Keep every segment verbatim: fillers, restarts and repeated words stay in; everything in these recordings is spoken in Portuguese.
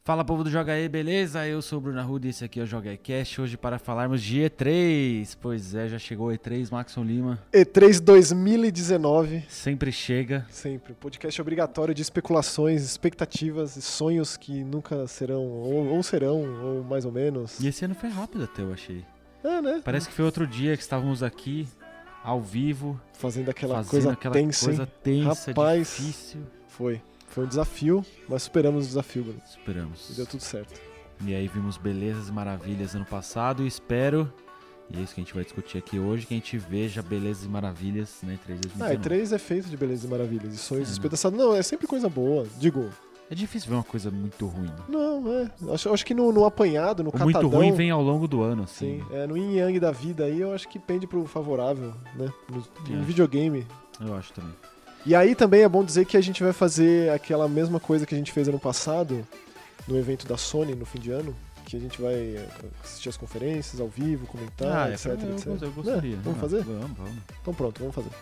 Fala, povo do Joga E, beleza? Eu sou o Bruno Arruda e esse aqui é o Joga E Cast, hoje para falarmos de E três. Pois é, já chegou o E três, Maxon Lima. E três dois mil e dezenove. Sempre chega. Sempre. Podcast obrigatório de especulações, expectativas e sonhos que nunca serão, ou, ou serão, ou mais ou menos. E esse ano foi rápido até, eu achei. É, né? Parece que foi outro dia que estávamos aqui, ao vivo. Fazendo aquela fazendo coisa aquela tensa, coisa hein? tensa, Rapaz, difícil. Foi. Foi um desafio, mas superamos o desafio, Bruno. Superamos. E deu tudo certo. E aí vimos belezas e maravilhas ano passado e espero, e é isso que a gente vai discutir aqui hoje, que a gente veja belezas e maravilhas na E três dois mil e dezenove. Ah, E três é feito de belezas e maravilhas, e sonhos É, né? despedaçados. Não, é sempre coisa boa. Digo, É difícil ver uma coisa muito ruim. não, é. Acho, acho que no, no apanhado, no O catadão... muito ruim vem ao longo do ano, assim. Sim, é, no yin yang da vida aí, eu acho que pende pro favorável, né? No, no É. videogame. Eu acho também. E aí também é bom dizer que a gente vai fazer aquela mesma coisa que a gente fez ano passado, no evento da Sony, no fim de ano, que a gente vai assistir as conferências ao vivo, comentar, Ah, etc, eu, etc. eu, eu gostaria. É, vamos Ah, fazer? Vamos, vamos. Então pronto, vamos fazer.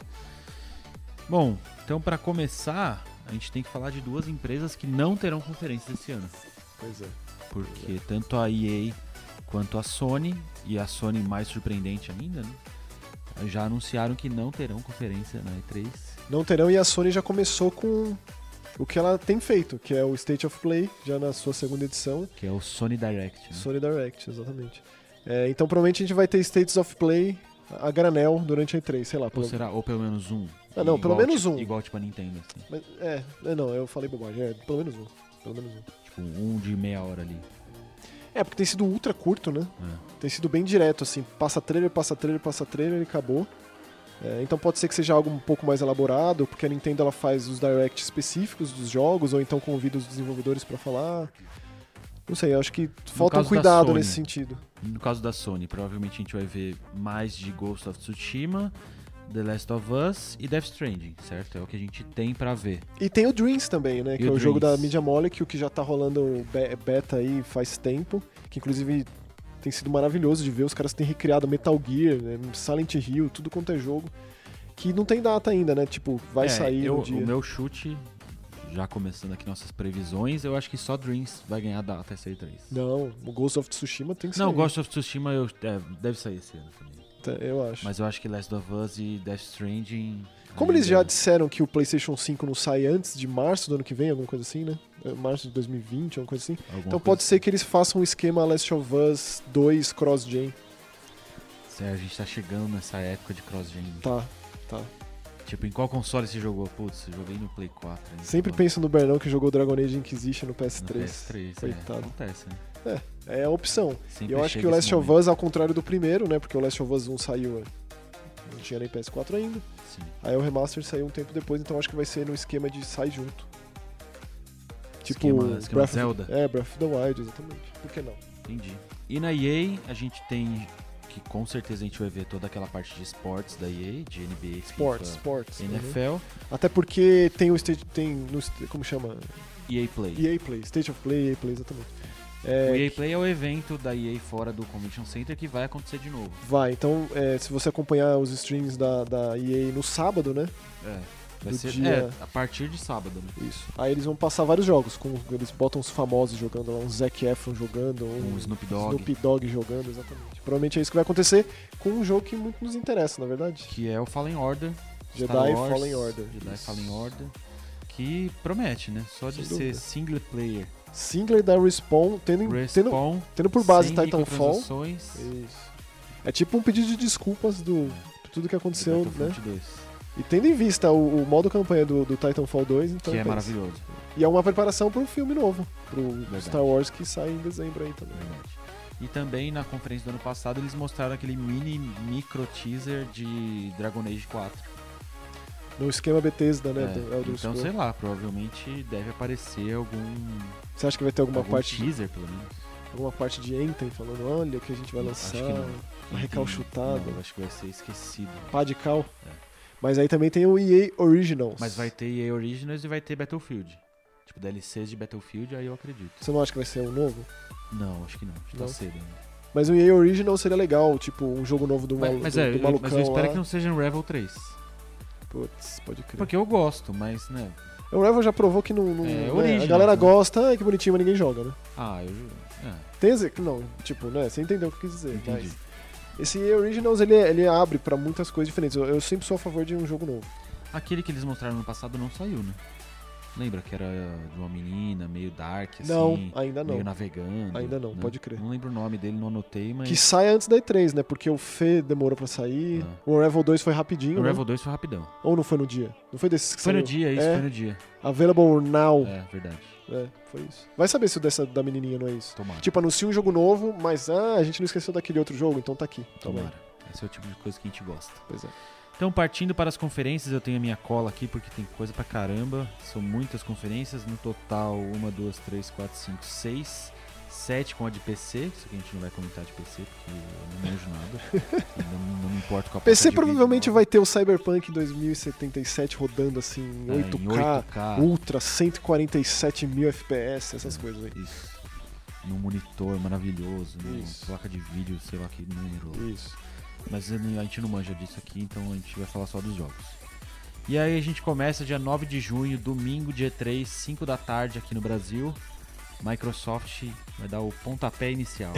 Bom, então pra começar, a gente tem que falar de duas empresas que não terão conferência esse ano. Pois é. Porque tanto a E A quanto a Sony, e a Sony mais surpreendente ainda, né? Já anunciaram que não terão conferência na E três. Não terão, e a Sony já começou com o que ela tem feito, que é o State of Play, já na sua segunda edição. Que é o Sony Direct. Né? Sony Direct, exatamente. É, então provavelmente a gente vai ter States of Play a granel durante a E três, sei lá. Ou, Pelo... será, ou pelo menos um. Ah, não, pelo Igual, menos tipo, um. Igual tipo a Nintendo, assim. Mas, é, é, não, eu falei bobagem, é, pelo menos um. Pelo menos um. Tipo, um de meia hora ali. É, porque tem sido ultra curto, né? É. Tem sido bem direto, assim, passa trailer, passa trailer, passa trailer e acabou. É, então pode ser que seja algo um pouco mais elaborado, porque a Nintendo ela faz os direct específicos dos jogos, ou então convida os desenvolvedores pra falar. Não sei, eu acho que falta um caso da cuidado Sony, nesse sentido. No caso da Sony, provavelmente a gente vai ver mais de Ghost of Tsushima, The Last of Us e Death Stranding, certo? É o que a gente tem pra ver. E tem o Dreams também, né? E Que é o o jogo da Dreams. Media Molecule, que já tá rolando be- beta aí faz tempo, que inclusive tem sido maravilhoso de ver. Os caras têm recriado Metal Gear, né, Silent Hill, tudo quanto é jogo. Que não tem data ainda, né? Tipo, vai É, sair eu, no dia. O meu chute, já começando aqui nossas previsões, eu acho que só Dreams vai ganhar data essa E três. Não, o Ghost of Tsushima tem que Não, sair. Ghost of Tsushima eu, é, deve sair esse ano também. Eu acho. Mas eu acho que Last of Us e Death Stranding... Como eles já ainda- disseram que o PlayStation cinco não sai antes de março do ano que vem, alguma coisa assim, né? É, março de dois mil e vinte, alguma coisa assim. alguma Então coisa pode ser que eles façam um esquema Last of Us dois cross-gen. assim. É, a gente tá chegando nessa época de cross-gen. Tá, tá. Tipo, em qual console você jogou? Putz, eu joguei no Play quatro. ainda. Sempre Pô, penso no Bernão que jogou Dragon Age Inquisition no P S no três. P S três. É, Coitado. acontece, né? É a opção. Sempre E eu acho que chega o esse Last of momento. Us, ao contrário do primeiro, né? Porque o Last of Us um saiu... Não tinha nem P S quatro ainda. Sim. Aí o Remaster saiu um tempo depois, então acho que vai ser no esquema de sai junto. Tipo, Esquema- esquema Breath of- Zelda. É, Breath of the Wild, exatamente. Por que não? Entendi. E na E A, a gente tem que com certeza a gente vai ver toda aquela parte de esportes da E A, de N B A, Sports, FIFA, sports. N uhum. F L, Até porque tem o state, tem no, como chama? E A Play. E A Play, State of Play, E A Play, exatamente. O É, E A Play é o evento da E A fora do Convention Center que vai acontecer de novo. vai, então, é, se você acompanhar os streams da, da E A no sábado, né? É. Vai Do ser dia- é, a partir de sábado, né? Isso. Aí eles vão passar vários jogos, com, eles botam os famosos jogando lá, um Zac Efron jogando, Com um o Snoop Dogg, Snoop Dogg jogando, exatamente. Provavelmente é isso que vai acontecer com um jogo que muito nos interessa, na verdade. que é o Fallen Order. Jedi Star Wars, Fallen Order. Jedi Isso. Fallen Order. Que promete, né? Só de Sem ser dúvida. single player. Singler da Respawn, tendo, tendo, Respawn, tendo por base sem Titanfall. microtransações, Isso. É tipo um pedido de desculpas do por tudo que aconteceu, do né? Battlefront dois, E tendo em vista o, o modo campanha do, do Titanfall dois, então que é pensa. maravilhoso. E é uma preparação para um filme novo, pro Verdade. Star Wars que sai em dezembro aí também. Verdade. E também na conferência do ano passado eles mostraram aquele mini micro teaser de Dragon Age quatro. No esquema Bethesda, né? É, do Elder então, Scrolls. sei lá, provavelmente deve aparecer algum, Você acha que vai ter alguma algum parte, teaser, pelo menos. alguma parte de Anthem falando, olha o que a gente vai lançar, Acho que não. uma recalchutada, Não, acho que vai ser esquecido. pá de cal. É. Mas aí também tem o E A Originals. Mas vai ter E A Originals e vai ter Battlefield. Tipo, D L Cs de Battlefield, aí eu acredito. Você não acha que vai ser um novo? Não, acho que não. Acho que Não? tá cedo ainda. Mas o E A Original seria legal, tipo, um jogo novo do, Mas, malu mas do, é, do eu- malucão mas eu espero lá. que não seja um Revel três. Putz, pode crer. Porque eu gosto, mas, né... O Unravel já provou que não... não É, né? Origins, a galera né? gosta, ai que bonitinho, mas ninguém joga, né? Ah, eu... É, Tem exe- Não, tipo, né? Você entendeu o que eu quis dizer. entendi. Mas esse Originals, ele, ele abre pra muitas coisas diferentes. Eu, eu sempre sou a favor de um jogo novo. Aquele que eles mostraram no passado não saiu, né? Lembra que era de uma menina, meio dark, assim? Não, ainda não. Meio navegando. Ainda não, né? pode crer. Não lembro o nome dele, não anotei, mas... Que sai antes da E três, né? Porque o Fê demorou pra sair. Ah. O Unravel dois foi rapidinho, O né? Revel dois foi rapidão. Ou não foi no dia? Não foi desses que Foi no saiu? dia, isso, É. foi no dia. Available now. É, verdade. É, foi isso. Vai saber se o dessa da menininha não é isso. Tomara. Tipo, anuncia um jogo novo, mas ah, a gente não esqueceu daquele outro jogo, então tá aqui. Toma aí. Tomara. Esse é o tipo de coisa que a gente gosta. Pois é. Então, partindo para as conferências, eu tenho a minha cola aqui, porque tem coisa pra caramba. São muitas conferências, no total, uma, duas, três, quatro, cinco, seis, sete com a de P C. Isso aqui a gente não vai comentar de P C, porque eu não manjo nada. E não, não me importo com a P C placa de provavelmente vídeo vai ter o Cyberpunk dois mil e setenta e sete rodando assim em nova. É, oito K, em oito K. Ultra, cento e quarenta e sete mil F P S, essas É, coisas aí. Isso. Num monitor maravilhoso, numa Isso. placa de vídeo, sei lá que número. Isso. Mas a gente não manja disso aqui, então a gente vai falar só dos jogos. E aí a gente começa dia nove de junho, domingo, dia três, cinco da tarde aqui no Brasil. Microsoft vai dar o pontapé inicial.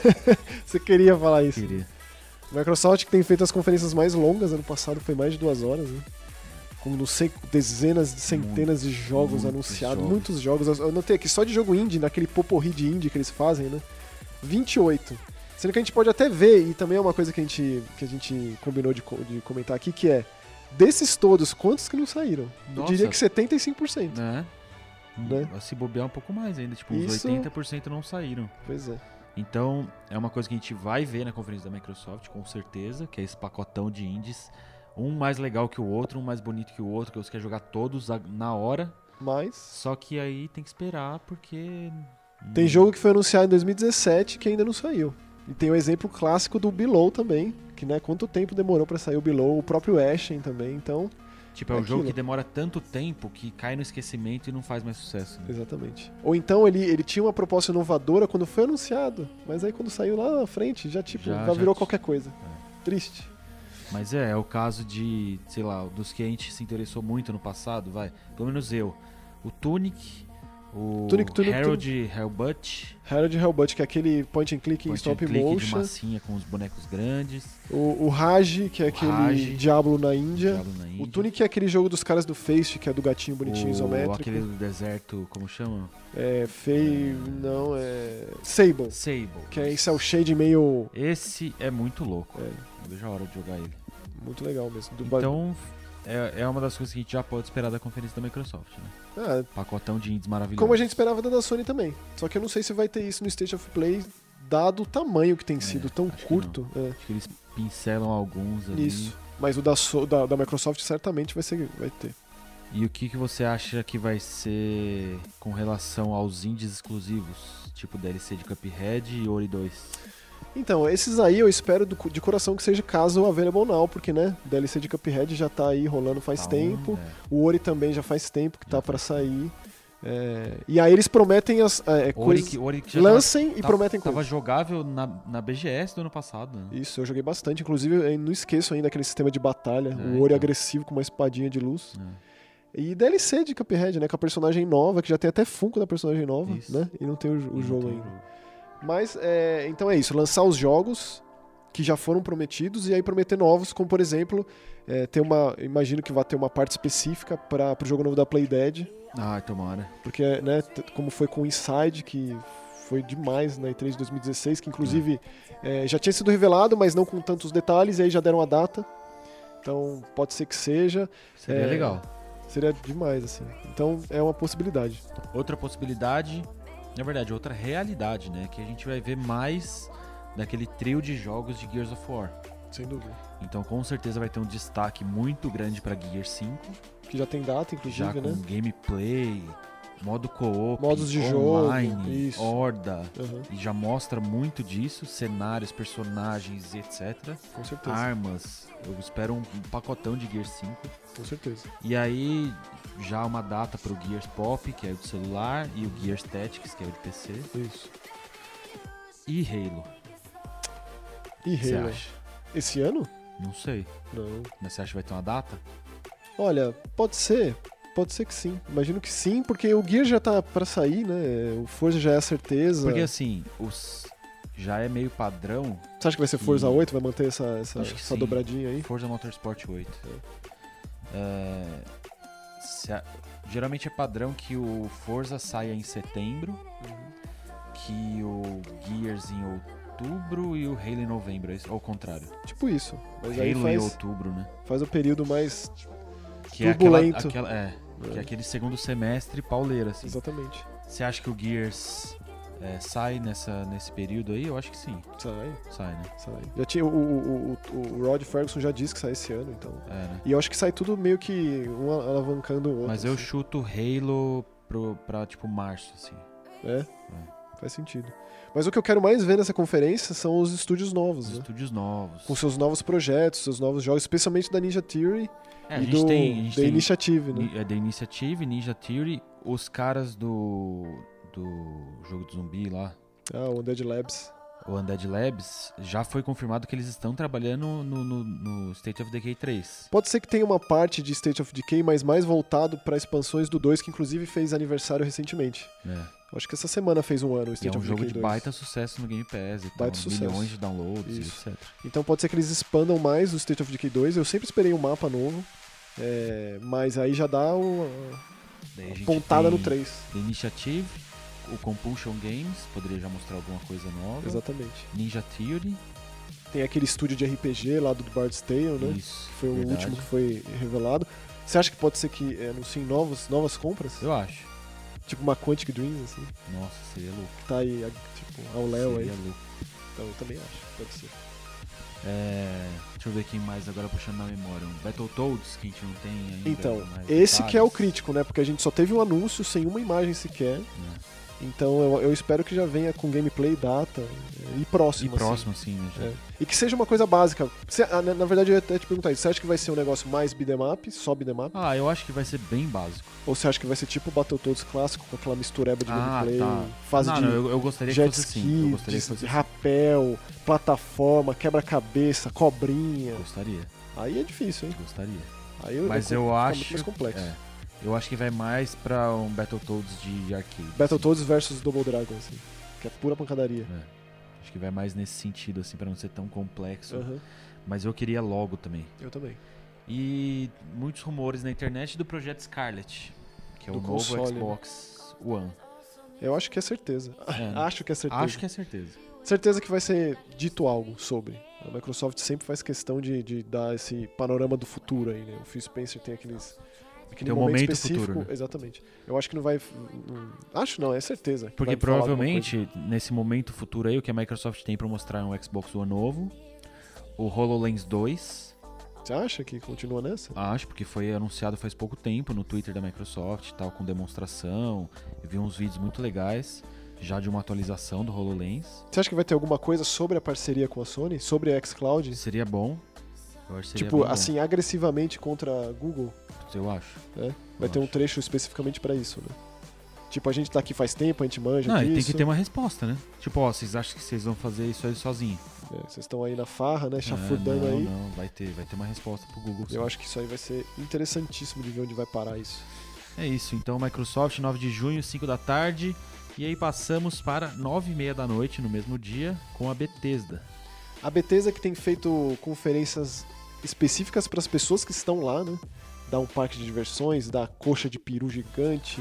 Você queria falar isso. Queria. Microsoft, que tem feito as conferências mais longas, ano passado foi mais de duas horas, né? Com não sei, dezenas, centenas de jogos muitos anunciados, jogos. muitos jogos. Eu notei aqui só de jogo indie, naquele poporri de indie que eles fazem, né? vinte e oito. Sendo que a gente pode até ver, e também é uma coisa que a gente, que a gente combinou de, co- de comentar aqui, que é, desses todos, quantos que não saíram? Eu Nossa. diria que setenta e cinco por cento. Né? Né? Vai se bobear um pouco mais ainda, tipo, uns Isso- oitenta por cento não saíram. Pois é. Então, é uma coisa que a gente vai ver na conferência da Microsoft, com certeza, que é esse pacotão de indies. Um mais legal que o outro, um mais bonito que o outro, que você quer jogar todos a- na hora. Mas Só que aí tem que esperar, porque... tem hum, jogo que foi anunciado em dois mil e dezessete que ainda não saiu. E tem o exemplo clássico do Below também, que né, quanto tempo demorou pra sair o Below, o próprio Ashen também, então... Tipo, é um é jogo aquilo. que demora tanto tempo que cai no esquecimento e não faz mais sucesso. Né? Exatamente. Ou então ele, ele tinha uma proposta inovadora quando foi anunciado, mas aí quando saiu lá na frente, já tipo, Já- já, já virou t- qualquer coisa. É. Triste. Mas é, é o caso de, sei lá, dos que a gente se interessou muito no passado, vai. Pelo menos eu. O Tunic, o Tunic, Tunic, Harold Hellbutt, Harold Hellbutt, que é aquele point and click em point and stop click de motion. massinha com os bonecos grandes. O, o Raj, que é O aquele Raj, Diablo na Índia. Diablo na Índia. O Tunic é aquele jogo dos caras do Face, que é do gatinho bonitinho o, isométrico. Aquele do deserto, como chama? É, Fei... não, é... Sable. Sable. Que é esse é o shade meio... Esse é muito louco. É. Não vejo a hora de jogar ele. Muito legal mesmo. Do Então, é, é uma das coisas que a gente já pode esperar da conferência da Microsoft, né? Ah, Pacotão de indies maravilhoso. como a gente esperava da da Sony também. Só que eu não sei se vai ter isso no State of Play, dado o tamanho que tem sido, tão acho que curto. É, Acho que eles pincelam alguns ali. isso. Mas o da, So- da, da Microsoft certamente vai, ser, vai ter. E o que, que você acha que vai ser com relação aos indies exclusivos? Tipo D L C de Cuphead e Ori dois. Então, esses aí eu espero do- de coração que seja caso available now, porque, né, D L C de Cuphead já tá aí rolando faz Tá um, tempo. é. O Ori também já faz tempo que Já tá pra faz sair. É, e aí eles prometem as é, Ori, coisas... que, Ori que já Lancem tava, e tava- prometem tava coisas. jogável na, na B G S do ano passado, né? Isso, eu joguei bastante. Inclusive, eu não esqueço ainda aquele sistema de batalha. É, o Ori então. agressivo com uma espadinha de luz. É. E D L C de Cuphead, né? Com a personagem nova, que já tem até Funko da personagem nova, Isso. né? E não tem o, o E não jogo tem ainda. jogo. Mas, é, então é isso. Lançar os jogos que já foram prometidos e aí prometer novos, como, por exemplo, é, ter uma... Imagino que vai ter uma parte específica para o jogo novo da Playdead. Ai, tomara. Porque, né, t- como foi com o Inside, que foi demais na E três de dois mil e dezesseis, que inclusive é, já tinha sido revelado, mas não com tantos detalhes, e aí já deram a data. Então, pode ser que seja. Seria É, legal. Seria demais, assim. Então, é uma possibilidade. Outra possibilidade, na verdade, outra realidade, né? Que a gente vai ver mais daquele trio de jogos de Gears of War. Sem dúvida. Então, com certeza vai ter um destaque muito grande pra Gears cinco, Que já tem data, já inclusive, com né? gameplay, modo co-op, Modos de online, jogo, isso. horda, Uhum, e já mostra muito disso, cenários, personagens, etcétera. com certeza. Armas, eu espero um pacotão de Gears cinco. Com certeza. E aí, já uma data pro Gears Pop, que é o do celular, e o Gears Tactics, que é o de P C, Isso. e Halo. E O que você Halo? acha? Esse ano? Não sei. Não. Mas você acha que vai ter uma data? Olha, pode ser. pode ser que sim. Imagino que sim, porque o Gear já tá pra sair, né? O Forza já é a certeza. Porque assim, os... já é meio padrão. Você acha que vai ser Forza e... oito? Vai manter essa, essa, Acho que essa sim. dobradinha aí? Forza Motorsport oito. É. É... Se a... Geralmente é padrão que o Forza saia em setembro, Uhum. que o Gears em outubro e o Halo em novembro, ou ao contrário. Tipo isso. Mas Halo aí em faz, outubro, né? faz o período mais Que é turbulento. aquela, aquela, é, É. que é aquele segundo semestre pauleiro, assim. Exatamente. Você acha que o Gears é, sai nessa, nesse período aí? Eu acho que sim. Sai, Sai, né? sai. Já tinha, o, o, o, o Rod Ferguson já disse que sai esse ano, então. É, né? E eu acho que sai tudo meio que um alavancando o outro. Mas eu assim. chuto Halo pro, pra, tipo, março, assim. É? Faz sentido. Mas o que eu quero mais ver nessa conferência são os estúdios novos, Os né? estúdios novos. Com seus novos projetos, seus novos jogos, especialmente da Ninja Theory É, a e gente do tem... A gente The tem Initiative, né? Ni- é, The Initiative, Ninja Theory, os caras do, do jogo do zumbi lá, Ah, o Undead Labs. o Undead Labs, já foi confirmado que eles estão trabalhando no, no, no State of Decay três. Pode ser que tenha uma parte de State of Decay, mas mais voltado para expansões do dois, que inclusive fez aniversário recentemente. Né? Eu acho que essa semana fez um ano o E é State um of jogo Decay de dois. baita sucesso no Game Pass e tal, Baita sucesso. milhões de downloads Isso. e etcétera. Então pode ser que eles expandam mais o State of Decay dois. Eu sempre esperei um mapa novo, é, mas aí já dá o, Daí a a gente pontada tem no três. The Initiative, o Compulsion Games, poderia já mostrar alguma coisa nova. Exatamente. Ninja Theory, Tem aquele estúdio de R P G lá do Bard's Tale, né? isso, Que foi verdade. o último que foi revelado. Você acha que pode ser que é, anunciem novos, novas compras? Eu acho. Tipo uma Quantic Dreams, assim, Nossa, seria louco. que tá aí, a- tipo, ao Léo aí. Seria louco. Então eu também acho, pode ser. É, deixa eu ver quem mais agora puxando na memória. Um Battletoads, que a gente não tem ainda. Então, mais esse que é o detalhes, crítico, né? Porque a gente só teve um anúncio sem uma imagem sequer. né? Então eu, eu espero que já venha com gameplay, data e próximo. E próximo, sim, né? Assim. já. É. E que seja uma coisa básica. Você- ah, na, na verdade, eu ia até te perguntar isso. Você acha que vai ser um negócio mais beat'em up, só beat'em up? Ah, eu acho que vai ser bem básico. Ou você acha que vai ser tipo o Battletoads clássico, com aquela mistureba de Ah, gameplay, tá. fase não, de não, eu, eu gostaria que jet fosse ski, assim. Eu gostaria que de fosse assim. rapel, plataforma, quebra-cabeça, cobrinha. Gostaria, Aí é difícil, hein? gostaria. Aí Mas é, eu fica acho. muito mais complexo. é, eu acho que vai mais pra um Battletoads de arcade. Battletoads versus Double Dragon, assim. Que é pura pancadaria. assim. É. Acho que vai mais nesse sentido, assim, pra não ser tão complexo. Aham, Mas eu queria logo também. eu também. E muitos rumores na internet do projeto Scarlet, que é Do o novo console, né? Xbox One. Eu acho que é certeza. É, Acho que é certeza. Acho que é certeza. Certeza que vai ser dito algo sobre. A Microsoft sempre faz questão de, de dar esse panorama do futuro aí, né? O Phil Spencer tem aqueles... Aquele Tem um momento, momento específico. futuro, né? Exatamente. Eu acho que não vai... hum, Acho não, é certeza. que Porque vai falar alguma provavelmente, nesse momento futuro aí, o que a Microsoft tem pra mostrar é um Xbox One novo, o HoloLens dois, coisa. Você acha que continua nessa? acho, porque foi anunciado faz pouco tempo no Twitter da Microsoft, tal, com demonstração. Eu vi uns vídeos muito legais, já de uma atualização do HoloLens. Você acha que vai ter alguma coisa sobre a parceria com a Sony? Sobre a xCloud? Seria bom. Eu acho que seria Tipo, bem bom. assim, agressivamente contra a Google? Eu acho. Né? Vai Eu ter um acho. trecho especificamente pra isso, né? Tipo, a gente tá aqui faz tempo, a gente manja Não, e disso. tem que ter uma resposta, né? Tipo, ó, vocês acham que vocês vão fazer isso aí sozinho? É, vocês estão aí na farra, né? Chafurdando É, não, aí. Não, vai ter, vai ter uma resposta pro Google. sim. Eu acho que isso aí vai ser interessantíssimo de ver onde vai parar isso. É isso, então Microsoft, nove de junho, cinco da tarde. E aí passamos para nove e meia da noite no mesmo dia com a Bethesda. A Bethesda que tem feito conferências específicas para as pessoas que estão lá, né? Dá um parque de diversões, dá coxa de peru gigante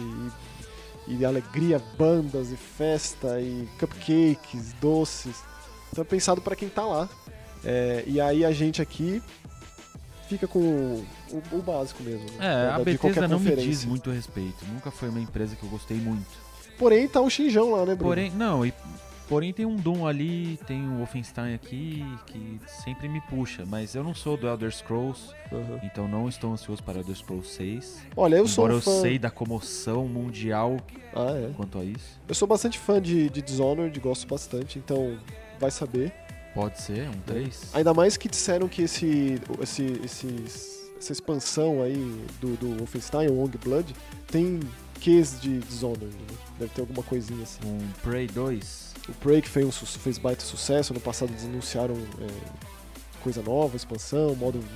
e, e alegria, bandas e festa e cupcakes, doces. Então é pensado para quem tá lá. É, e aí a gente aqui fica com o, o- o básico mesmo. Né? É, Da- a de qualquer Bethesda não me conferência. diz muito respeito. Nunca foi uma empresa que eu gostei muito. Porém, tá o Xinjão lá, né, Bruno? Porém, não, e, porém tem um Doom ali, tem um Wolfenstein aqui que sempre me puxa. Mas eu não sou do Elder Scrolls, Uhum. então não estou ansioso para Elder Scrolls seis. Olha, eu sou Embora um eu fã... sei da comoção mundial Ah, é. quanto a isso. Eu sou bastante fã de, de Dishonored, gosto bastante, então vai saber. Pode ser, um três. Ainda mais que disseram que esse, esse, esse, essa expansão aí do, do Wolfenstein, o Youngblood, tem quês de Dishonored, né? Deve ter alguma coisinha assim. Um Prey dois. O Prey, que fez, um, su- fez baita sucesso, no passado eles anunciaram é, coisa nova, expansão, modo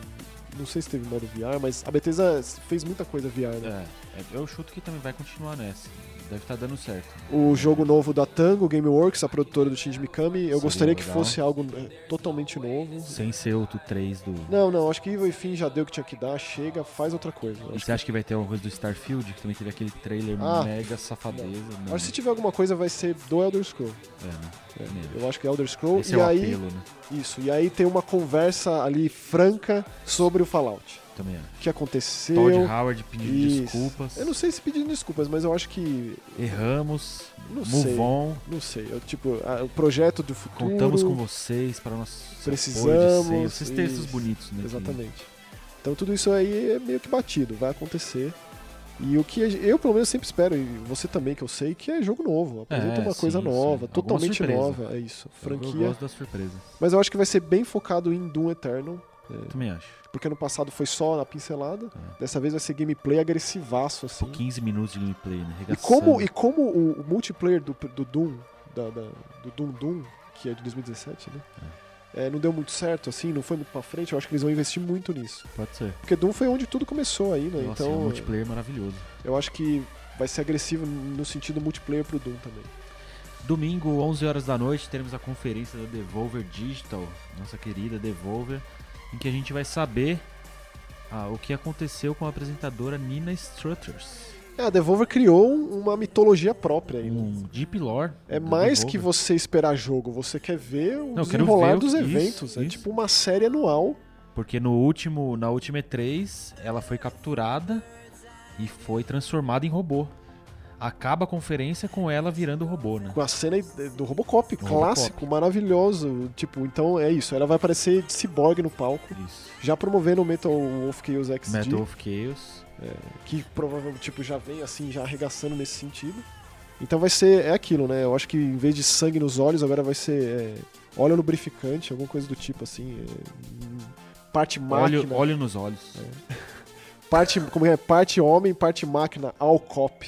Não sei se teve modo V R, mas a Bethesda fez muita coisa V R, né? É, eu chuto que também vai continuar nessa. Deve estar dando certo. O jogo novo da Tango Gameworks, a produtora do Shinji Mikami, eu Seria gostaria que legal. fosse algo é, totalmente novo. Sem ser outro três do... Não, não, acho que Evil e Fim já deu o que tinha que dar, chega, faz outra coisa. E Acho você acha que vai ter alguma coisa do Starfield? Que também teve aquele trailer Ah, mega safadeza. que... Não. acho que se tiver alguma coisa vai ser do Elder Scroll. É, né? É, Mesmo. eu acho que é Elder Scroll. Esse e é o aí, apelo, né? isso, e aí tem uma conversa ali franca sobre o Fallout. Também é. O que aconteceu. Todd Howard pedindo Isso. desculpas. Eu não sei se pedindo desculpas, mas eu acho que. Erramos. Não Move sei. on. Não sei. Eu, tipo, a- o projeto do futuro. Contamos com vocês para nosso Precisamos, apoio de sempre. Esses textos isso. bonitos, né? Exatamente. Então tudo isso aí é meio que batido, vai acontecer. E o que eu, pelo menos, sempre espero, e você também, que eu sei, que é jogo novo. Apresenta É, uma coisa sim, nova, sim. totalmente Alguma nova. É isso. Eu- Eu Franquia. gosto da surpresa. Mas eu acho que vai ser bem focado em Doom Eternal. Também acho. Porque ano passado foi só na pincelada. É. Dessa vez vai ser gameplay agressivaço, assim. Por quinze minutos de gameplay, né? E Regaçando. como, e como o, o multiplayer do, do Doom, da, da- do Doom Doom, que é de dois mil e dezessete, né? É, não deu muito certo, assim, não foi muito pra frente, eu acho que eles vão investir muito nisso. Pode ser. Porque Doom foi onde tudo começou aí, né? Nossa, é então, um multiplayer maravilhoso. eu acho que vai ser agressivo no sentido multiplayer pro Doom também. Domingo, onze horas da noite, teremos a conferência da Devolver Digital, nossa querida Devolver, em que a gente vai saber ah, o que aconteceu com a apresentadora Nina Struthers. É, a Devolver criou um- uma mitologia própria aí, né? Um Deep Lore. É da mais Devolver. que você esperar jogo, você quer ver o Não, eu quero desenrolar ver o- dos isso, eventos. É isso. tipo uma série anual. Porque no último, na última E três, ela foi capturada e foi transformada em robô. Acaba a conferência com ela virando robô, né? Com a cena do Robocop, Do clássico, maravilhoso. Tipo, então é isso. Ela vai aparecer de ciborgue no palco, Isso. já promovendo o Metal of Chaos X D, Metal of Chaos. que provavelmente tipo, já vem assim, já arregaçando nesse sentido. Então vai ser, é aquilo, né? Eu acho que em vez de sangue nos olhos, agora vai ser é, óleo lubrificante, alguma coisa do tipo assim. É, parte máquina. Óleo, óleo nos olhos. Parte, como é? Parte homem, parte máquina, all cop.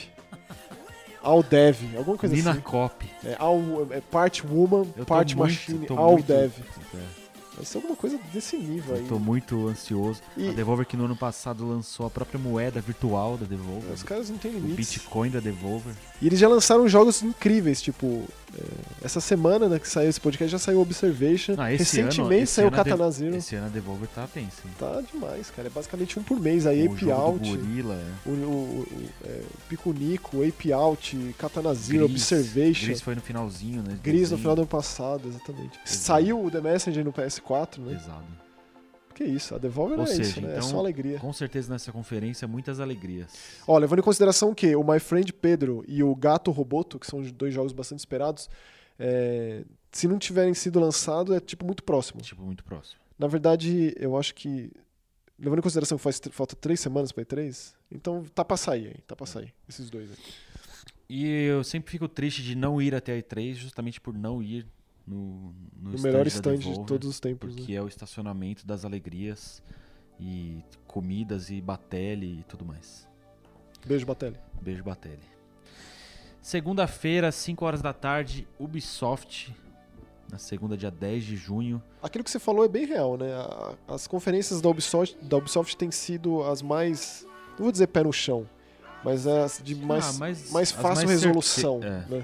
All dev, alguma coisa Nina assim. Cop. É, all, é parte woman, Eu tô parte muito- machine, tô all muito- dev. É, Vai ser alguma coisa desse nível aí. eu tô muito ansioso. E- A Devolver que no ano passado lançou a própria moeda virtual da Devolver. Os caras não têm O limites. Bitcoin da Devolver. E eles já lançaram jogos incríveis, tipo, é, essa semana, né, que saiu esse podcast, já saiu Observation. Ah, esse Recentemente ano, esse saiu ano a Katana De- Zero. Esse ano a Devolver tá tensa, hein? Tá demais, cara. É basicamente um por mês. Aí O Ape jogo do Out, Gorila, é. o, o, o, é, o Pico Nico, Ape Out, Katana Zero, Gris. Observation. Gris foi no finalzinho, né? Gris no Desenho. final do ano passado, exatamente. Saiu o The Messenger no P S quatro, né? Pesado. Que isso, a Devolver Ou é seja, isso, né? É então- só alegria. Com certeza nessa conferência, muitas alegrias. Ó, levando em consideração que o My Friend Pedro e o Gato Roboto, que são dois jogos bastante esperados, é, se não tiverem sido lançados, é tipo muito próximo. Tipo, muito próximo. Na verdade, eu acho que, levando em consideração que faz, falta três semanas pra E três, então tá pra sair aí, tá pra sair, esses dois aí. E eu sempre fico triste de não ir até a E três, justamente por não ir no, no, O stand melhor da stand de Devolver, todos os tempos. porque Né? é o estacionamento das alegrias e comidas e Batelli e tudo mais. Beijo, Batelli. Beijo, Batelli. Segunda-feira, cinco horas da tarde, Ubisoft, na segunda, dia dez de junho. Aquilo que você falou é bem real, né? A- As conferências da Ubisoft, da Ubisoft têm sido as mais, não vou dizer pé no chão, mas as de mais, Ah, mais- mais as fácil mais resolução. certe- é. Né?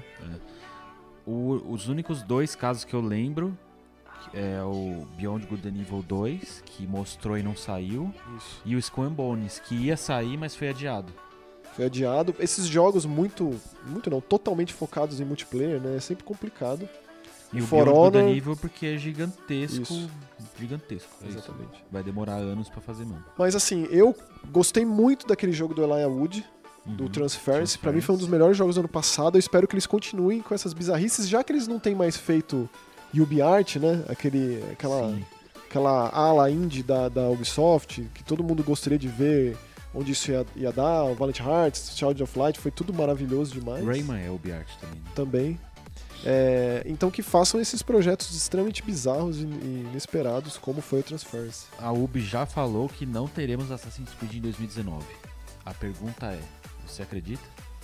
O- os únicos dois casos que eu lembro é o Beyond Good and Evil dois, que mostrou e não saiu, Isso. e o Skull and Bones, que ia sair, mas foi adiado. Foi adiado. Esses jogos muito, muito não, totalmente focados em multiplayer, né? É sempre complicado. E o For Beyond Good and Honor- Evil porque é gigantesco. Isso. Gigantesco. É isso. Exatamente. Vai demorar anos pra fazer mesmo. Mas assim, eu gostei muito daquele jogo do Elijah Wood, do Uhum. Transference. Pra mim foi um dos melhores jogos do ano passado. Eu espero que eles continuem com essas bizarrices, já que eles não têm mais feito UbiArt, né? Aquele, aquela, Sim. aquela ala indie da, da Ubisoft, que todo mundo gostaria de ver onde isso ia, ia dar. O Valiant Hearts, Child of Light, foi tudo maravilhoso demais. Rayman é o Ubiart também. Né? Também. É, então que façam esses projetos extremamente bizarros e, e inesperados, como foi o Transference. A Ubi já falou que não teremos Assassin's Creed em dois mil e dezenove. A pergunta é, você acredita?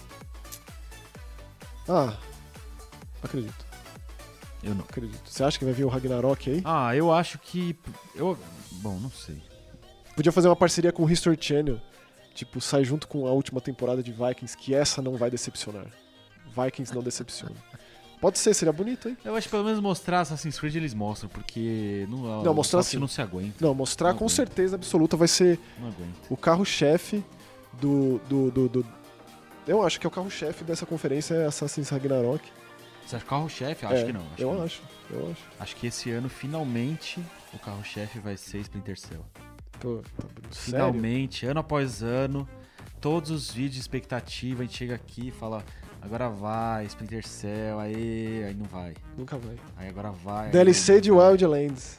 Ah, acredito, Eu não. acredito. Você acha que vai vir o Ragnarok aí? Ah, eu acho que... Eu... Bom, não sei. Podia fazer uma parceria com o History Channel. Tipo, sai junto com a última temporada de Vikings, que essa não vai decepcionar. Vikings não decepciona. Pode ser, seria bonito, hein? Eu acho que pelo menos mostrar Assassin's Creed eles mostram, porque não, Não, mostrar Ubisoft sim. não se aguenta. Não, mostrar Não com aguenta. certeza absoluta vai ser Não aguenta. o carro-chefe do, do, do, do... Eu acho que é o carro-chefe dessa conferência é Assassin's Ragnarok. Você acha carro-chefe? Acho É, que não. Acho eu que não. acho, eu acho. Acho que esse ano, finalmente, o carro-chefe vai ser Splinter Cell. Pô, tá, sério? Finalmente, ano após ano, todos os vídeos de expectativa, a gente chega aqui e fala, agora vai, Splinter Cell, aí, aí não vai. Nunca vai. Aí agora vai. D L C aí de não vai. Wildlands.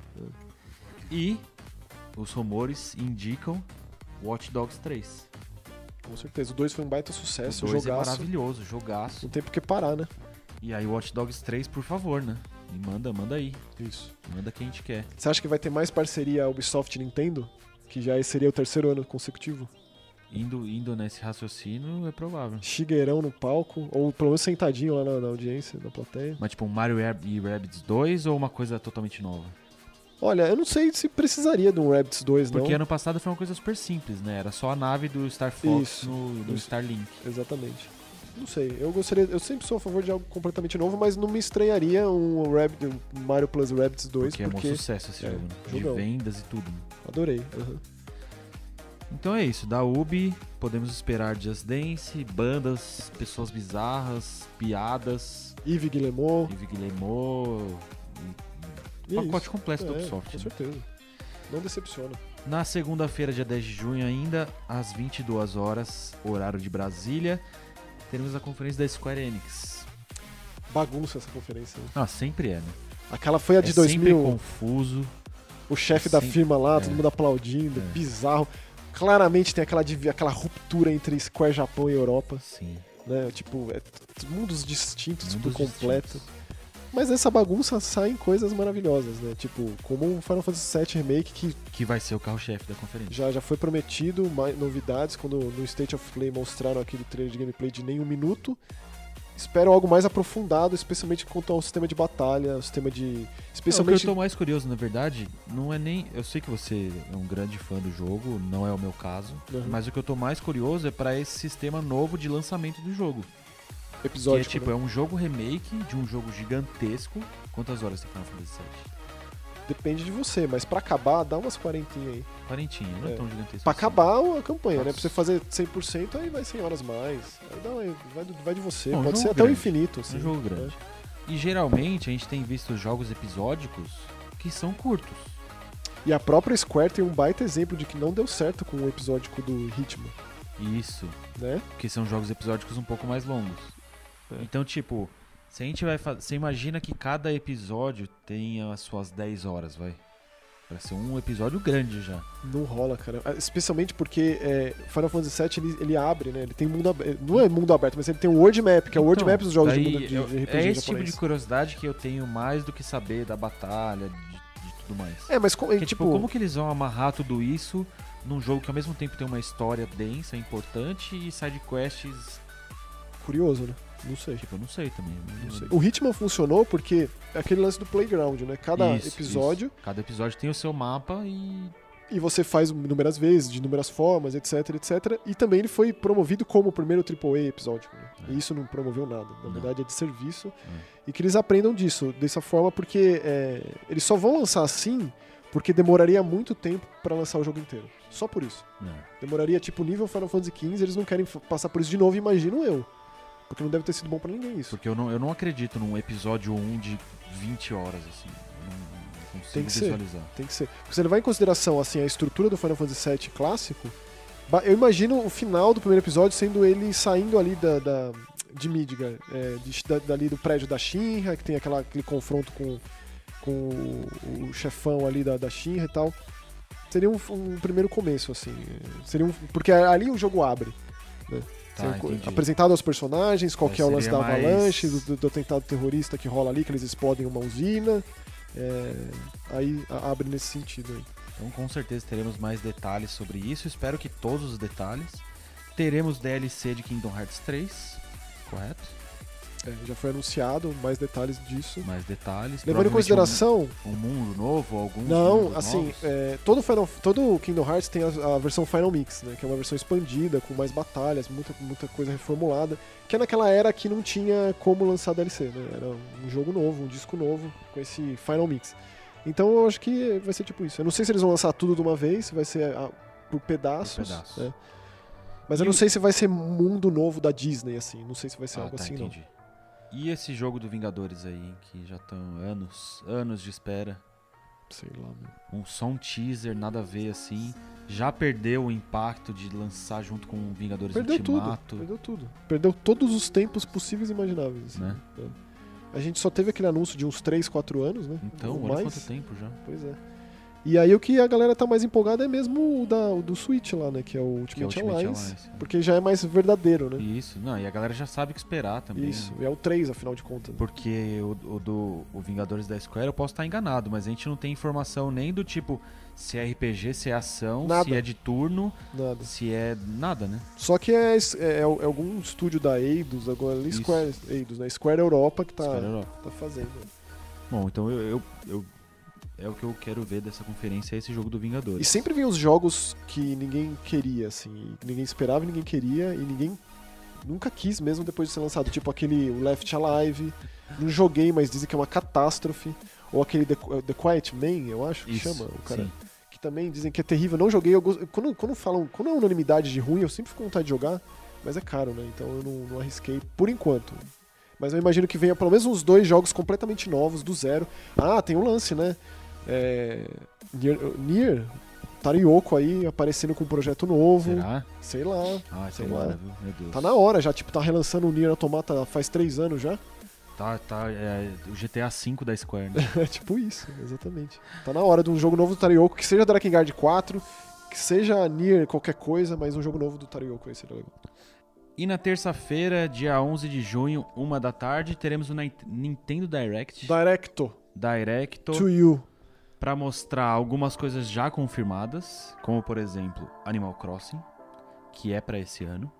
E os rumores indicam Watch Dogs três. Com certeza. O dois foi um baita O sucesso, dois é jogaço. maravilhoso, jogaço. Não tem por que parar, né? E aí Watch Dogs três, por favor, né? Me manda, manda aí. Isso. Manda quem a gente quer. Você acha que vai ter mais parceria Ubisoft e Nintendo? Que já seria o terceiro ano consecutivo? Indo, indo nesse raciocínio, é provável. Chigueirão no palco, ou pelo menos sentadinho lá na, na audiência, na plateia. Mas tipo, um Mario e Rabbids dois ou uma coisa totalmente nova? Olha, eu não sei se precisaria de um Rabbids dois, Porque não. ano passado foi uma coisa super simples, né? Era só a nave do Star Fox Isso, no, no isso. Starlink. Exatamente. Não sei, eu gostaria, eu sempre sou a favor de algo completamente novo, mas não me estranharia um, Rabbit, um Mario Plus Rabbids dois, Porque, porque, é um sucesso esse é, jogo, né? De jogão. vendas e tudo. Né? adorei. Uhum. Então é isso, da Ubi podemos esperar Just Dance, bandas, pessoas bizarras, piadas, Yves Guillemot. Yves Guillemot, e é pacote isso. completo da É, Ubisoft. com né? certeza. Não decepciona. Na segunda-feira, dia dez de junho ainda, às vinte e duas horas, horário de Brasília, teremos a conferência da Square Enix. Bagunça essa conferência. Né? Ah, sempre é, né? Aquela foi a de é dois sempre mil, confuso. o chefe é da sempre- firma lá, é. todo mundo aplaudindo, É. bizarro. Claramente tem aquela, divi- aquela ruptura entre Square Japão e Europa, Sim. né? Tipo, é t- mundos distintos Mundos por completo. distintos. Mas nessa bagunça saem coisas maravilhosas, né? Tipo, como o Final Fantasy sete Remake, que Que vai ser o carro-chefe da conferência. já, já foi prometido, mais novidades, quando no State of Play mostraram aquele trailer de gameplay de nem um minuto. Espero algo mais aprofundado, especialmente quanto ao sistema de batalha, o sistema de... É, o que Especialmente... eu tô mais curioso, na verdade, não é nem... Eu sei que você é um grande fã do jogo, não é o meu caso, Uhum. mas o que eu tô mais curioso é pra esse sistema novo de lançamento do jogo. episódio, que é tipo, né? é um jogo remake de um jogo gigantesco. Quantas horas tem Final Fantasy sete? Depende de você, mas pra acabar, dá umas quarentinha aí. Quarentinha, não é, É. tão gigantesco. Pra assim. acabar a campanha, né? Pra Nossa. você fazer cem por cento, aí vai cem horas mais. Aí dá, vai, do- vai de você. Bom, Pode jogo ser até o grande. infinito, É assim. um jogo grande. E geralmente a gente tem visto jogos episódicos que são curtos. E a própria Square tem um baita exemplo de que não deu certo com o episódico do Hitman, Isso. né? Que são jogos episódicos um pouco mais longos. É. Então, tipo, se a gente vai fazer. Você imagina que cada episódio tenha as suas dez horas, vai. Pra ser um episódio grande já. Não rola, cara. Especialmente porque é, Final Fantasy sete ele, ele abre, né? Ele tem mundo aberto. Não é mundo aberto, mas ele tem um world map, que é o world Então, map dos jogos de daí mundo de, eu- de R P G É esse tipo japonês. de curiosidade que eu tenho mais do que saber da batalha, de, de tudo mais. É, mas co- Porque, tipo, tipo, como que eles vão amarrar tudo isso num jogo que ao mesmo tempo tem uma história densa, importante e side quests, curioso, né? Não sei. tipo, eu não sei também. eu Não sei. O Hitman funcionou porque é aquele lance do playground, né? Cada Isso, episódio isso. Cada episódio tem o seu mapa e e você faz inúmeras vezes, de inúmeras formas, etc, etc. E também ele foi promovido como o primeiro triplo A episódico. Né? É. E isso não promoveu nada. Na Não. verdade é de serviço. É. E que eles aprendam disso, dessa forma, porque é, eles só vão lançar assim porque demoraria muito tempo pra lançar o jogo inteiro. Só por isso. é. Demoraria tipo nível Final Fantasy quinze, eles não querem f- passar por isso de novo, imagino eu. Porque não deve ter sido bom pra ninguém isso. Porque eu não, eu não acredito num episódio um de vinte horas, assim. Eu não, não consigo Tem que ser. visualizar. Tem que ser. Porque se você levar em consideração assim, a estrutura do Final Fantasy sete clássico, ba- eu imagino o final do primeiro episódio sendo ele saindo ali da, da- de Midgar, é, de- da- dali do prédio da Shinra, que tem aquela, aquele confronto com, com o, o chefão ali da, da Shinra e tal. Seria um, um primeiro começo, assim. é, Seria um, porque ali o jogo abre. Né? Tá, São co- entendi. apresentado aos personagens, qual Mas que é o lance seria da mais- avalanche, do, do- do atentado terrorista que rola ali, que eles explodem uma usina. É, aí a- abre nesse sentido aí. Então, com certeza, teremos mais detalhes sobre isso. Espero que todos os detalhes. Teremos D L C de Kingdom Hearts três, correto? É, já foi anunciado, mais detalhes disso. Mais detalhes. Levando em consideração... Um, um mundo novo, alguns Não, assim, novos. É, todo, Final, todo Kingdom Hearts tem a, a versão Final Mix, né? Que é uma versão expandida, com mais batalhas, muita, muita coisa reformulada. Que é naquela era que não tinha como lançar D L C, né? Era um jogo novo, um disco novo, com esse Final Mix. Então eu acho que vai ser tipo isso. Eu não sei se eles vão lançar tudo de uma vez, se vai ser a, por pedaços. Por pedaços. Né? Mas e eu não sei se vai ser mundo novo da Disney, assim. Não sei se vai ser ah, algo tá, assim, entendi. Não. E esse jogo do Vingadores aí, que já estão anos, anos de espera. Sei lá, meu. Um só um teaser, nada a ver, assim. Já perdeu o impacto de lançar junto com o Vingadores perdeu Ultimato. Tudo, perdeu tudo. Perdeu todos os tempos possíveis e imagináveis. Assim, né? É. A gente só teve aquele anúncio de uns três, quatro anos, né? Então, olha quanto tempo já. Pois é. E aí o que a galera tá mais empolgada é mesmo o, da, o do Switch lá, né? Que é o Ultimate, que é o Ultimate Alliance. Alliance. Porque já é mais verdadeiro, né? Isso. Não, e a galera já sabe o que esperar também. Isso. Né? E é o três, afinal de contas. Porque o, o do o Vingadores da Square eu posso estar enganado, mas a gente não tem informação nem do tipo se é R P G, se é ação, nada. se é de turno, nada. se é nada, né? Só que é, é, é algum estúdio da Eidos, agora ali Square, Eidos, né? Square Europa que tá, Europa. tá fazendo. Bom, então eu, eu, eu é o que eu quero ver dessa conferência, é esse jogo do Vingadores. E sempre vinha os jogos que ninguém queria, assim, ninguém esperava, ninguém queria, e ninguém nunca quis mesmo depois de ser lançado. Tipo aquele Left Alive, não joguei, mas dizem que é uma catástrofe. Ou aquele The, The Quiet Man, eu acho que Isso, chama o cara. Sim. Que também dizem que é terrível. Não joguei, eu gost... quando, quando falam, quando é unanimidade de ruim, eu sempre fico com vontade de jogar, mas é caro, né? Então eu não, não arrisquei por enquanto. Mas eu imagino que venha pelo menos uns dois jogos completamente novos, do zero. Ah, tem um lance, né? É... Nier, Nier Tariyoko aí aparecendo com um projeto novo. Será? Sei lá. Ah, sei lá. lá. Viu? Meu Deus. Tá na hora já, tipo, tá relançando o Nier Automata faz três anos já. Tá, tá, é o G T A cinco da Square, né? É tipo isso, exatamente. Tá na hora de um jogo novo do Tariyoko, que seja Drakengard quatro, que seja Nier qualquer coisa, mas um jogo novo do Tariyoko aí seria legal. E na terça-feira, dia onze de junho, uma da tarde, teremos o Nintendo Direct. Directo. Directo. To you. Pra mostrar algumas coisas já confirmadas, como por exemplo, Animal Crossing, que é pra esse ano.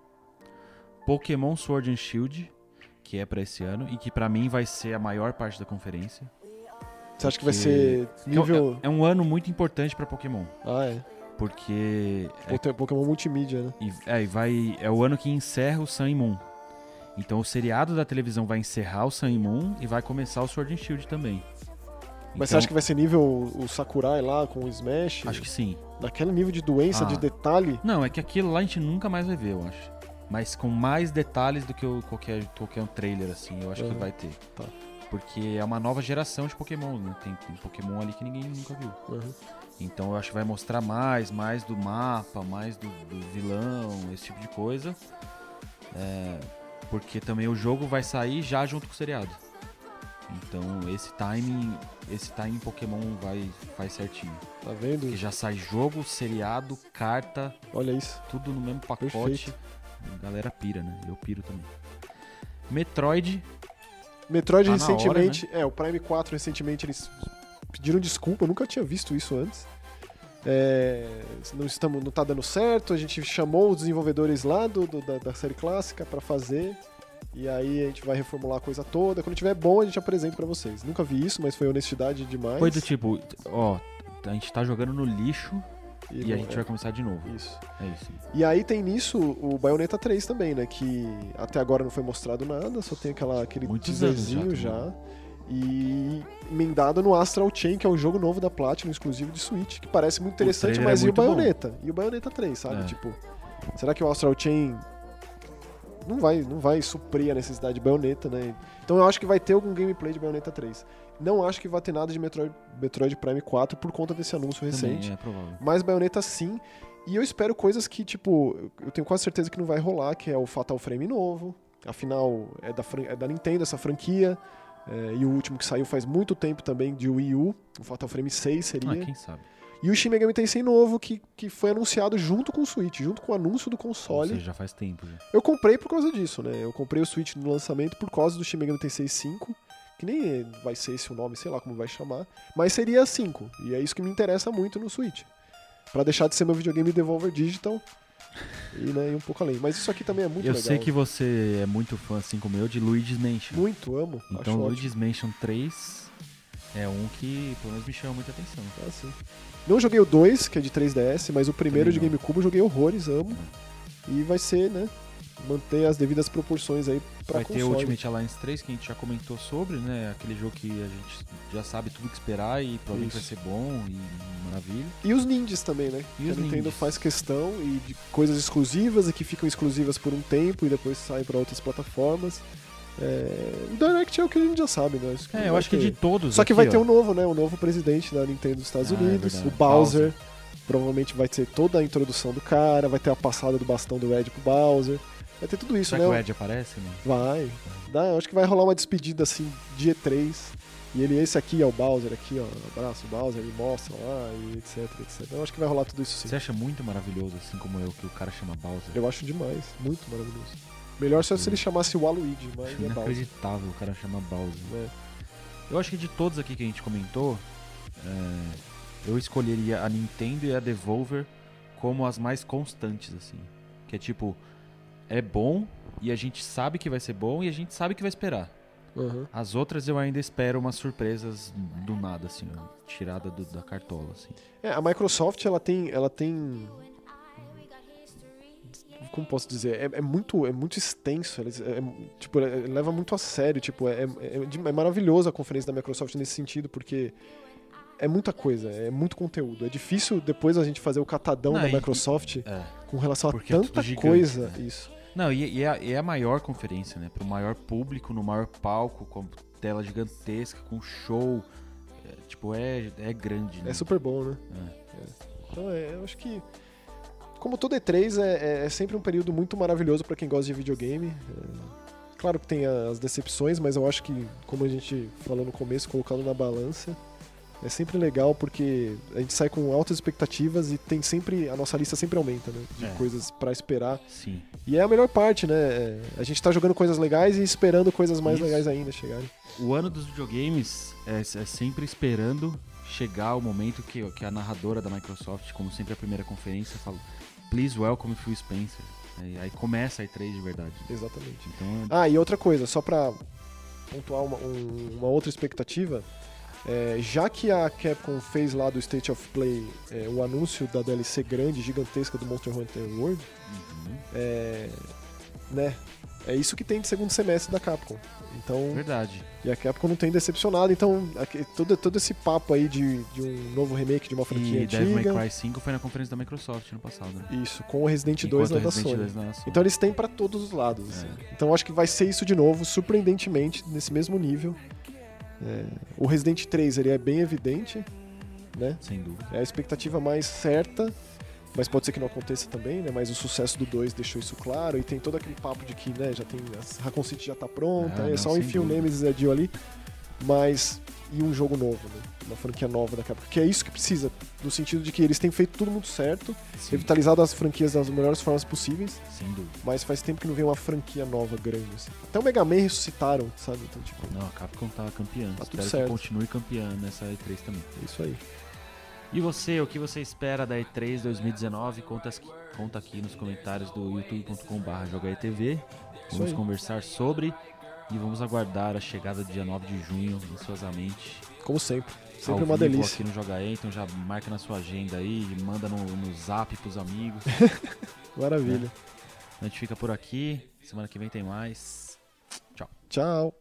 Pokémon Sword and Shield, que é pra esse ano, e que pra mim vai ser a maior parte da conferência. Você acha que vai ser nível... É, é um ano muito importante pra Pokémon. Ah, é. Porque... É Pokémon multimídia, né? E, é, vai, é o ano que encerra o Sun e Moon. Então o seriado da televisão vai encerrar o Sun e Moon e vai começar o Sword and Shield também. Mas então, você acha que vai ser nível o Sakurai lá com o Smash? Acho que sim. Daquele nível de doença, ah. de detalhe? Não, é que aquilo lá a gente nunca mais vai ver, eu acho. Mas com mais detalhes do que o, qualquer, qualquer um trailer, assim, eu acho uhum. que vai ter. Tá. Porque é uma nova geração de Pokémon, né? Tem, tem Pokémon ali que ninguém nunca viu. Uhum. Então eu acho que vai mostrar mais, mais do mapa, mais do, do vilão, esse tipo de coisa. É, porque também o jogo vai sair já junto com o seriado. Então esse timing, esse timing Pokémon vai, vai certinho. Tá vendo? Porque já sai jogo, seriado, carta. Olha isso. Tudo no mesmo pacote. Perfeito. A galera pira, né? Eu piro também. Metroid. Metroid tá recentemente... Hora, né? É, o Prime quatro recentemente eles pediram desculpa. Eu nunca tinha visto isso antes. É, não, estamos, não tá dando certo. A gente chamou os desenvolvedores lá do, do, da, da série clássica pra fazer. E aí a gente vai reformular a coisa toda. Quando tiver bom, a gente apresenta pra vocês. Nunca vi isso, mas foi honestidade demais. Foi do tipo, ó, a gente tá jogando no lixo e, e a gente é. vai começar de novo. Isso. É isso. E aí tem nisso o Bayonetta três também, né? Que até agora não foi mostrado nada, só tem aquela, aquele teaserzinho já. já e emendado no Astral Chain, que é o jogo novo da Platinum, exclusivo de Switch, que parece muito interessante, mas é e o Bayonetta? Bom. E o Bayonetta três, sabe? É. Tipo, será que o Astral Chain não vai, não vai suprir a necessidade de Bayonetta, né? Então eu acho que vai ter algum gameplay de Bayonetta três. Não acho que vai ter nada de Metroid, Metroid Prime quatro por conta desse anúncio recente. Também é provável. Mas Bayonetta sim. E eu espero coisas que, tipo, eu tenho quase certeza que não vai rolar, que é o Fatal Frame novo. Afinal, é da, é da Nintendo essa franquia. É, e o último que saiu faz muito tempo também, de Wii U. O Fatal Frame seis seria. Ah, quem sabe. E o Shin Megami Tensei novo, que, que foi anunciado junto com o Switch, junto com o anúncio do console. Ou seja, já faz tempo. Já. Eu comprei por causa disso, né? Eu comprei o Switch no lançamento por causa do Shin Megami Tensei cinco, que nem vai ser esse o nome, sei lá como vai chamar, mas seria cinco. E é isso que me interessa muito no Switch. Pra deixar de ser meu videogame Devolver Digital E, né, e um pouco além. Mas isso aqui também é muito eu legal. Eu sei que você é muito fã, assim como eu, de Luigi's Mansion. Muito, amo. Então Luigi's Mansion três é um que pelo menos me chama muita atenção. Ah, sim. Não joguei o dois, que é de três D S, mas o primeiro Também de GameCube eu joguei horrores, amo. E vai ser, né, manter as devidas proporções aí pra Vai console. ter o Ultimate Alliance três, que a gente já comentou sobre, né? Aquele jogo que a gente já sabe tudo que esperar e provavelmente Isso. vai ser bom e maravilha. E os ninjas também, né? E que os a Nintendo ninjas. faz questão e de coisas exclusivas e que ficam exclusivas por um tempo e depois saem pra outras plataformas. É... O Direct é o que a gente já sabe, né? Isso É, vai eu acho que ter. de todos Só que aqui, vai ter ó, um novo, né? O novo presidente da Nintendo dos Estados Ah, é Unidos, verdade. o Bowser. Bowser. Provavelmente vai ter toda a introdução do cara, vai ter a passada do bastão do Ed pro Bowser. Vai ter tudo isso, será né? que o Ed aparece, né? Vai. Dá, eu acho que vai rolar uma despedida assim de E três. E ele, esse aqui é o Bowser, aqui, ó. Abraço, Bowser, ele mostra lá, e etc, etcétera. Eu acho que vai rolar tudo isso sim. Você acha muito maravilhoso, assim como eu, que o cara chama Bowser? Eu acho demais, muito maravilhoso. Melhor só se ele chamasse o Waluigi, mas é Bowser. Inacreditável, o cara chama Bowser. É. Eu acho que de todos aqui que a gente comentou, é, eu escolheria a Nintendo e a Devolver como as mais constantes, assim. Que é tipo, é bom e a gente sabe que vai ser bom e a gente sabe que vai esperar. Uhum. As outras eu ainda espero umas surpresas do nada, assim, ó, tirada do, da cartola, assim. É, a Microsoft, ela tem, ela tem... Como posso dizer? É, é muito, é muito extenso. Eles, é, tipo, é, leva muito a sério. Tipo, é, é, é maravilhoso a conferência da Microsoft nesse sentido, porque é muita coisa, é muito conteúdo. É difícil depois a gente fazer o catadão Não, da e- Microsoft É. com relação a porque é tudo tanta gigante, coisa. né? Isso. Não, e, e, é, a- e é a maior conferência, né? Pro maior público, no maior palco, com tela gigantesca, com show. É, tipo, é, é grande, né? É super bom, né? É. Então, é, eu acho que, como todo E três, é, é- é sempre um período muito maravilhoso pra quem gosta de videogame. É, claro que tem as decepções, mas eu acho que, como a gente falou no começo, colocando na balança, é sempre legal porque a gente sai com altas expectativas e tem sempre, a nossa lista sempre aumenta, né? De É. coisas pra esperar. Sim. E é a melhor parte, né? É, a gente tá jogando coisas legais e esperando coisas mais Isso. legais ainda chegarem. O ano dos videogames é, é sempre esperando chegar o momento que, que a narradora da Microsoft, como sempre a primeira conferência, fala Please welcome Phil Spencer. Aí, aí começa a E três de verdade. Exatamente. Então, Ah, e outra coisa, só pra pontuar uma, um- uma outra expectativa, é, já que a Capcom fez lá do State of Play é, o anúncio da D L C grande, gigantesca do Monster Hunter World, uhum, é, né, é isso que tem de segundo semestre da Capcom. Então, verdade. e a Capcom não tem decepcionado, então aqui- todo, todo esse papo aí de, de um novo remake de uma franquia E Devil May antiga, Cry cinco foi na conferência da Microsoft no passado, né? isso, com o Resident dois Enquanto lá da Resident Sony. dois na Sony. Então eles têm pra todos os lados. assim. É. Então eu acho que vai ser isso de novo, surpreendentemente, nesse mesmo nível. É, o Resident três ele é bem evidente, né? Sem dúvida. É a expectativa mais certa, mas pode ser que não aconteça também, né? Mas o sucesso do dois deixou isso claro. E tem todo aquele papo de que, né, já tem. A Raccoon City já tá pronta, Ah, é não, só sem enfim o dúvida. Nemesis e a Jill ali. Mas. E um jogo novo, né? Uma franquia nova da Capcom. Que é isso que precisa, no sentido de que eles têm feito tudo muito certo, Sim, revitalizado as franquias das melhores formas possíveis. sem dúvida. Mas faz tempo que não vem uma franquia nova grande, assim. Até o Mega Man ressuscitaram, sabe? Então, tipo, Não, a Capcom tá campeã. Tá tudo Espero certo. que continue campeã nessa E três também. é isso aí. E você, o que você espera da E três dois mil e dezenove? Conta, as- conta aqui nos comentários do youtube ponto com barra joga E T V. Isso Vamos aí. conversar sobre e vamos aguardar a chegada do dia nove de junho, ansiosamente. Como sempre. Ao Sempre uma vivo delícia. aqui no Joga E, então já marca na sua agenda aí, manda no, no zap pros amigos. Maravilha. A gente fica por aqui, semana que vem tem mais. Tchau.